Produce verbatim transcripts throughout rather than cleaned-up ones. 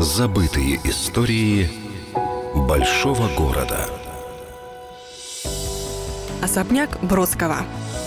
Забытые истории большого города. Особняк Бродского.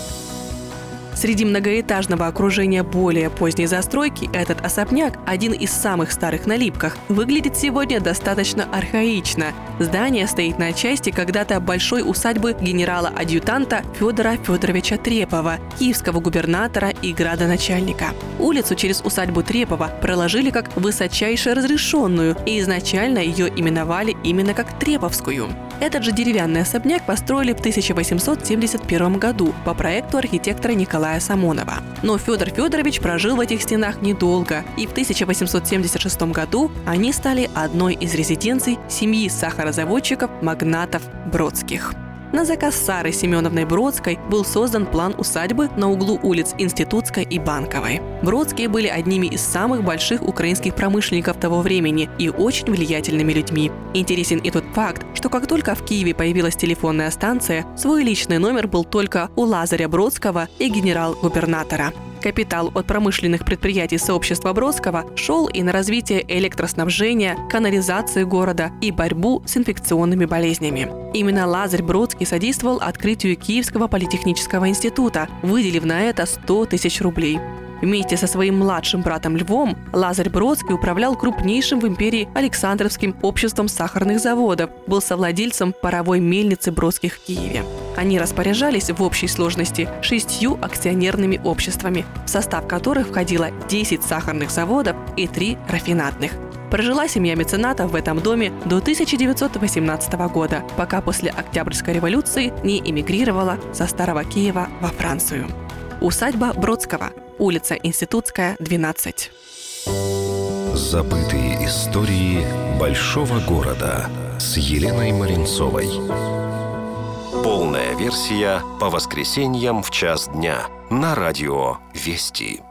Среди многоэтажного окружения более поздней застройки этот особняк, один из самых старых на Липках, выглядит сегодня достаточно архаично. Здание стоит на части когда-то большой усадьбы генерала-адъютанта Федора Федоровича Трепова, киевского губернатора и градоначальника. Улицу через усадьбу Трепова проложили как высочайше разрешенную, и изначально ее именовали именно как Треповскую. Этот же деревянный особняк построили в тысяча восемьсот семьдесят первом году по проекту архитектора Николая Самонова. Но Федор Федорович прожил в этих стенах недолго, и в тысяча восемьсот семьдесят шестом году они стали одной из резиденций семьи сахарозаводчиков, магнатов Бродских. На заказ Сары Семеновны Бродской был создан план усадьбы на углу улиц Институтской и Банковой. Бродские были одними из самых больших украинских промышленников того времени и очень влиятельными людьми. Интересен и тот факт, что как только в Киеве появилась телефонная станция, свой личный номер был только у Лазаря Бродского и генерал-губернатора. Капитал от промышленных предприятий сообщества Бродского шел и на развитие электроснабжения, канализации города и борьбу с инфекционными болезнями. Именно Лазарь Бродский содействовал открытию Киевского политехнического института, выделив на это сто тысяч рублей. Вместе со своим младшим братом Львом Лазарь Бродский управлял крупнейшим в империи Александровским обществом сахарных заводов, был совладельцем паровой мельницы Бродских в Киеве. Они распоряжались в общей сложности шестью акционерными обществами, в состав которых входило десять сахарных заводов и три рафинадных. Прожила семья меценатов в этом доме до тысяча девятьсот восемнадцатого года, пока после Октябрьской революции не эмигрировала со Старого Киева во Францию. Усадьба Бродского. Улица Институтская, двенадцать. Забытые истории большого города с Еленой Маринцовой. Полная версия по воскресеньям в час дня на радио Вести.